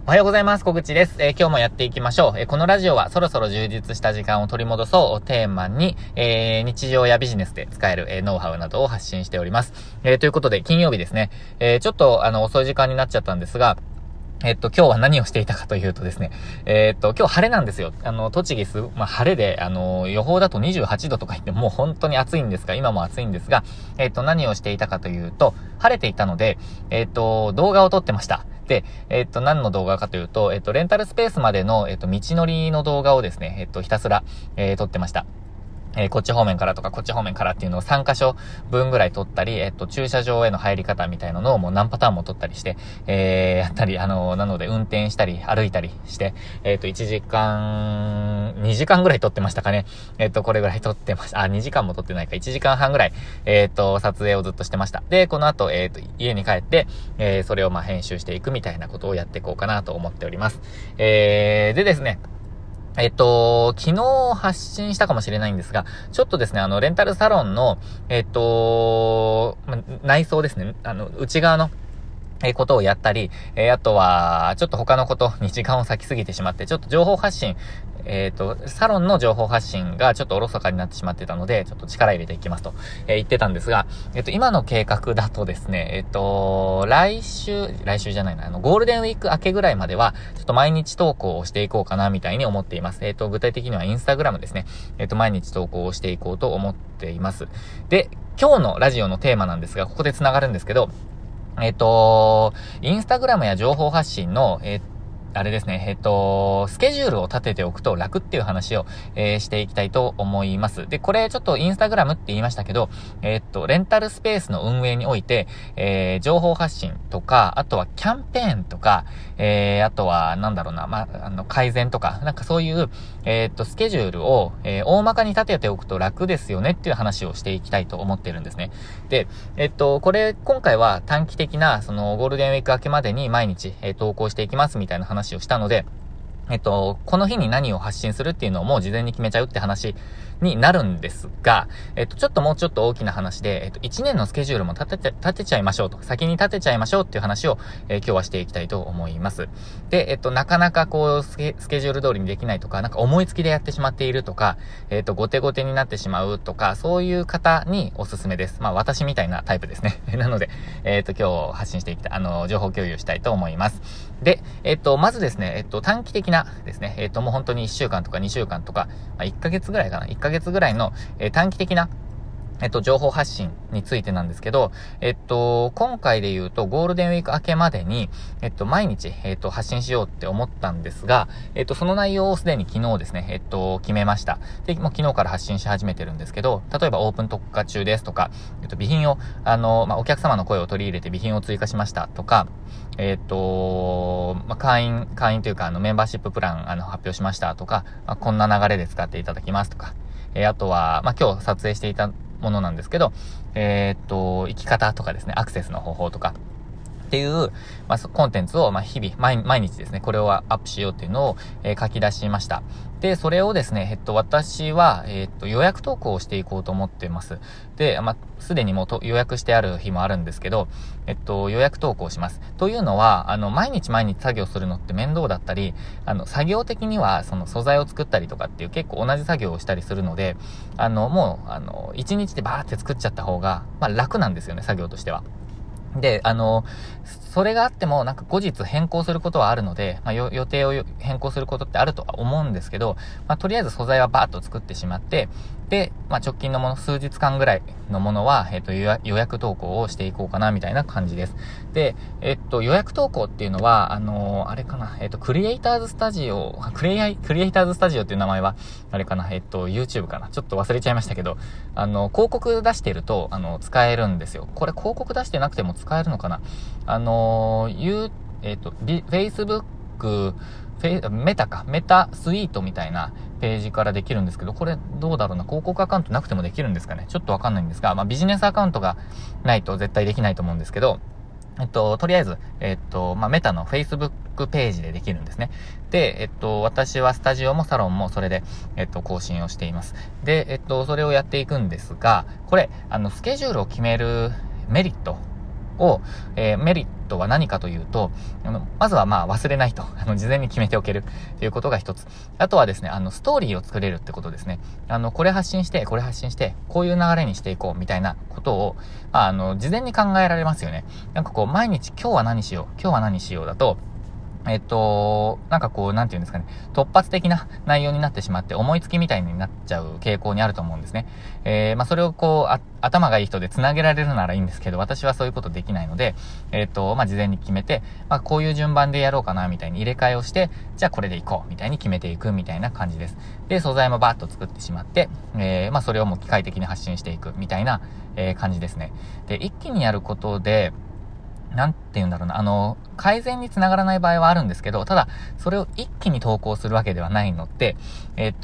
おはようございます。小口です。今日もやっていきましょう。このラジオはそろそろ充実した時間を取り戻そうをテーマに、日常やビジネスで使える、ノウハウなどを発信しております。ということで金曜日ですね。ちょっと遅い時間になっちゃったんですが、今日は何をしていたかというとですね、今日晴れなんですよ。栃木晴れで、予報だと28度とか言ってもう本当に暑いんですが、今も暑いんですが、何をしていたかというと、晴れていたので、動画を撮ってました。で、何の動画かというと、レンタルスペースまでの、道のりの動画をですね、ひたすら、撮ってました。こっち方面からとかこっち方面からっていうのを3箇所分ぐらい撮ったり、駐車場への入り方みたいなのをもう何パターンも撮ったりして、やったり、なので運転したり歩いたりして、1時間、2時間ぐらい撮ってましたかね。これぐらい撮ってました。2時間も撮ってないか、1時間半ぐらい、撮影をずっとしてました。で、この後、家に帰って、それを編集していくみたいなことをやっていこうかなと思っております。でですね、昨日発信したかもしれないんですが、ちょっとですね、レンタルサロンの、内装ですね、内側の、ことをやったり、あとは、ちょっと他のことに時間を割きすぎてしまって、ちょっと情報発信、サロンの情報発信がちょっとおろそかになってしまってたので、ちょっと力入れていきますと、言ってたんですが、今の計画だとですね、来週じゃないな、ゴールデンウィーク明けぐらいまでは、ちょっと毎日投稿をしていこうかな、みたいに思っています。具体的にはインスタグラムですね。毎日投稿をしていこうと思っています。で、今日のラジオのテーマなんですが、ここで繋がるんですけど、インスタグラムや情報発信の、あれですね、スケジュールを立てておくと楽っていう話を、していきたいと思います。で、これちょっとインスタグラムって言いましたけど、レンタルスペースの運営において、情報発信とか、あとはキャンペーンとか、あとは、改善とか、そういう、スケジュールを、大まかに立てておくと楽ですよねっていう話をしていきたいと思ってるんですね。で、今回は短期的な、ゴールデンウィーク明けまでに毎日、投稿していきますみたいな話をしたので、この日に何を発信するっていうのをもう事前に決めちゃうって話になるんですが、もうちょっと大きな話で、1年のスケジュールも立てちゃいましょうと、先に立てちゃいましょうっていう話を、今日はしていきたいと思います。で、なかなかスケジュール通りにできないとか、思いつきでやってしまっているとか、後手後手になってしまうとか、そういう方におすすめです。私みたいなタイプですね。なので、今日発信していきたい、情報共有したいと思います。で、まずですね、短期的なですね、もう本当に1週間とか2週間とか、1ヶ月ぐらいかな、1ヶ月ぐらいの、短期的な情報発信についてなんですけど、今回で言うとゴールデンウィーク明けまでに、毎日、発信しようって思ったんですが、その内容をすでに昨日ですね、決めました。で、もう昨日から発信し始めてるんですけど、例えばオープン特化中ですとか、備品を、お客様の声を取り入れて備品を追加しましたとか、会員というか、メンバーシッププラン、発表しましたとか、こんな流れで使っていただきますとか、あとは、今日撮影していたものなんですけど、生き方とかですね、アクセスの方法とか、っていう、コンテンツを、日々、毎日ですね、これをアップしようっていうのを、書き出しました。で、それをですね、私は、予約投稿をしていこうと思っています。で、すでにもう予約してある日もあるんですけど、予約投稿します。というのは、毎日作業するのって面倒だったり、作業的には、その素材を作ったりとかっていう結構同じ作業をしたりするので、もう、1日でバーって作っちゃった方が、楽なんですよね、作業としては。で、それがあっても後日変更することはあるので、予定を変更することってあるとは思うんですけど、とりあえず素材はバーッと作ってしまって、で、直近のもの、数日間ぐらいのものは、予約投稿をしていこうかな、みたいな感じです。で、予約投稿っていうのは、あれかな、クリエイターズスタジオっていう名前は、あれかな、YouTube かな。ちょっと忘れちゃいましたけど、広告出してると、使えるんですよ。これ広告出してなくても使えるのかな。Facebook、メタスイートみたいなページからできるんですけど、これどうだろうな、広告アカウントなくてもできるんですかね。ちょっとわかんないんですが、ビジネスアカウントがないと絶対できないと思うんですけど、とりあえず、メタの Facebook ページでできるんですね。で、私はスタジオもサロンもそれで、更新をしています。で、それをやっていくんですが、これ、スケジュールを決めるメリットことは何かというと、まずは忘れないと、事前に決めておけるということが一つ。あとはですね、ストーリーを作れるってことですね。これ発信して、これ発信して、こういう流れにしていこうみたいなことを、事前に考えられますよね。毎日今日は何しようだと、なんていうんですかね、突発的な内容になってしまって、思いつきみたいになっちゃう傾向にあると思うんですね。それを頭がいい人で繋げられるならいいんですけど、私はそういうことできないので、事前に決めて、こういう順番でやろうかな、みたいに入れ替えをして、じゃあこれでいこう、みたいに決めていく、みたいな感じです。で、素材もバーッと作ってしまって、それをもう機械的に発信していく、みたいな、感じですね。で、一気にやることで、なんて言うんだろうな、改善につながらない場合はあるんですけど、ただ、それを一気に投稿するわけではないので、日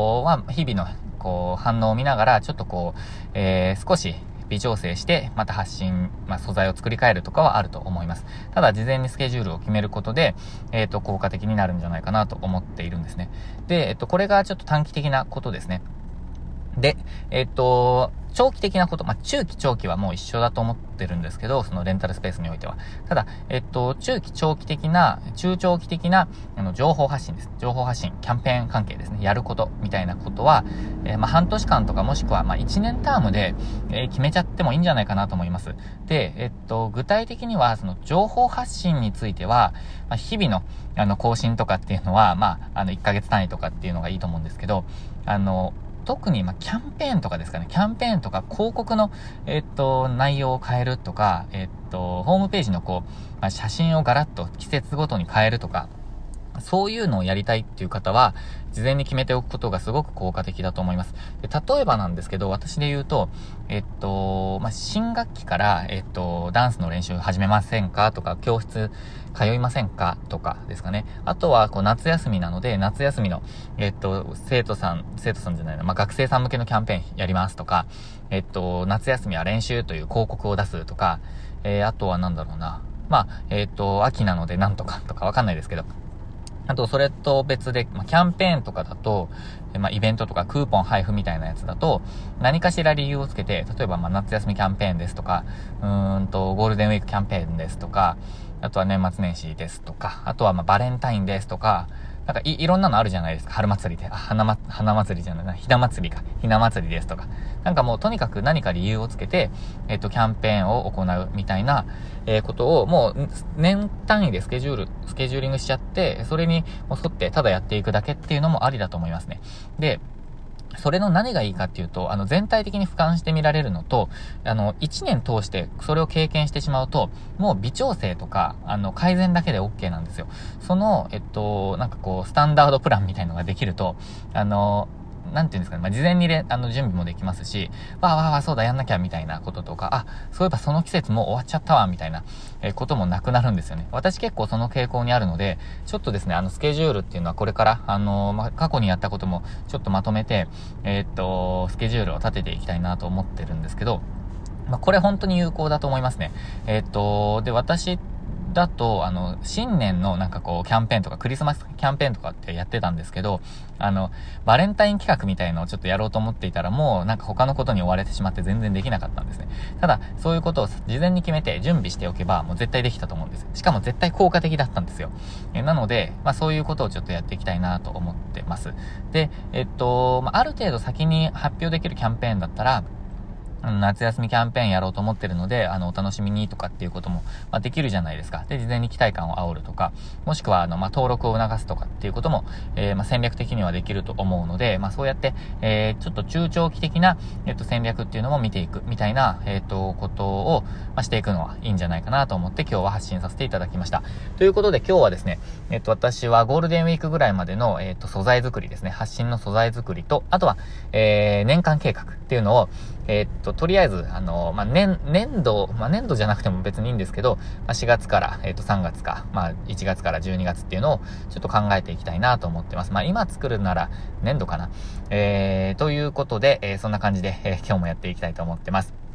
々の、反応を見ながら、ちょっと少し微調整して、また発信、素材を作り変えるとかはあると思います。ただ、事前にスケジュールを決めることで、効果的になるんじゃないかなと思っているんですね。で、これがちょっと短期的なことですね。で、長期的なこと、中期長期はもう一緒だと思ってるんですけど、そのレンタルスペースにおいては。ただ、中期長期的な、中長期的な、情報発信です。情報発信、キャンペーン関係ですね。やること、みたいなことは、半年間とかもしくは、1年タームで、決めちゃってもいいんじゃないかなと思います。で、具体的には、その情報発信については、日々の、更新とかっていうのは、1ヶ月単位とかっていうのがいいと思うんですけど、特に、キャンペーンとかですかね。キャンペーンとか広告の、内容を変えるとか、ホームページの写真をガラッと季節ごとに変えるとか、そういうのをやりたいっていう方は、事前に決めておくことがすごく効果的だと思います。で、例えばなんですけど、私で言うと、新学期から、ダンスの練習始めませんかとか、教室通いませんかとかですかね。あとは、夏休みなので、夏休みの、生徒さんじゃないな、学生さん向けのキャンペーンやりますとか、夏休みは練習という広告を出すとか、あとはなんだろうな。秋なのでなんとかとかわかんないですけど、あと、それと別で、キャンペーンとかだと、イベントとかクーポン配布みたいなやつだと、何かしら理由をつけて、例えば、夏休みキャンペーンですとか、ゴールデンウィークキャンペーンですとか、あとは年末年始ですとか、あとはバレンタインですとか、いろんなのあるじゃないですか。春祭りで。花祭りじゃないな。ひな祭りか。ひな祭りですとか。もうとにかく何か理由をつけて、キャンペーンを行うみたいな、ことをもう年単位でスケジューリングしちゃって、それに沿ってただやっていくだけっていうのもありだと思いますね。で、それの何がいいかっていうと、全体的に俯瞰して見られるのと、1年通してそれを経験してしまうと、もう微調整とか、改善だけで OK なんですよ。その、スタンダードプランみたいのができると、なんていうんですかね、事前に準備もできますし、そうだ、やんなきゃみたいなこととか、そういえばその季節もう終わっちゃったわ、みたいな、こともなくなるんですよね。私結構その傾向にあるので、ちょっとですね、スケジュールっていうのはこれから、過去にやったこともちょっとまとめて、スケジュールを立てていきたいなと思ってるんですけど、これ本当に有効だと思いますね。で、私だと、新年のキャンペーンとか、クリスマスキャンペーンとかってやってたんですけど、バレンタイン企画みたいのをちょっとやろうと思っていたら、もう他のことに追われてしまって全然できなかったんですね。ただ、そういうことを事前に決めて準備しておけば、もう絶対できたと思うんです。しかも絶対効果的だったんですよ。なので、そういうことをちょっとやっていきたいなと思ってます。で、ある程度先に発表できるキャンペーンだったら、夏休みキャンペーンやろうと思ってるので、お楽しみにとかっていうことも、できるじゃないですか。で、事前に期待感を煽るとか、もしくは、登録を促すとかっていうことも、戦略的にはできると思うので、そうやって、ちょっと中長期的な、戦略っていうのも見ていく、みたいな、ことを、していくのはいいんじゃないかなと思って今日は発信させていただきました。ということで今日はですね、私はゴールデンウィークぐらいまでの、素材作りですね、発信の素材作りと、あとは、年間計画っていうのを、とりあえず、年度じゃなくても別にいいんですけど、4月から、3月か、1月から12月っていうのをちょっと考えていきたいなと思ってます。今作るなら年度かな。ということで、そんな感じで、今日もやっていきたいと思ってます。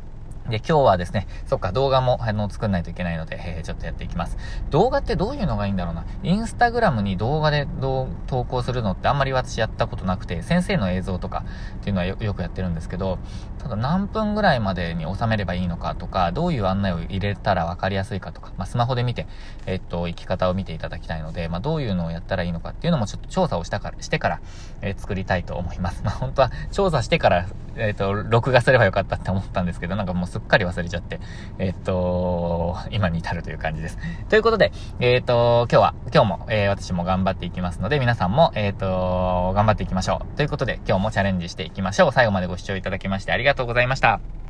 で、今日はですね、そっか、動画も、作んないといけないので、ちょっとやっていきます。動画ってどういうのがいいんだろうな。インスタグラムに動画で投稿するのってあんまり私やったことなくて、先生の映像とかっていうのはよくやってるんですけど、ただ何分ぐらいまでに収めればいいのかとか、どういう案内を入れたら分かりやすいかとか、スマホで見て、生き方を見ていただきたいので、どういうのをやったらいいのかっていうのもちょっと調査をしてから、作りたいと思います。本当は調査してから、録画すればよかったって思ったんですけど、なんかもうすっかり忘れちゃって、今に至るという感じです。ということで、今日も、私も頑張っていきますので、皆さんも、頑張っていきましょう。ということで、今日もチャレンジしていきましょう。最後までご視聴いただきましてありがとうございました。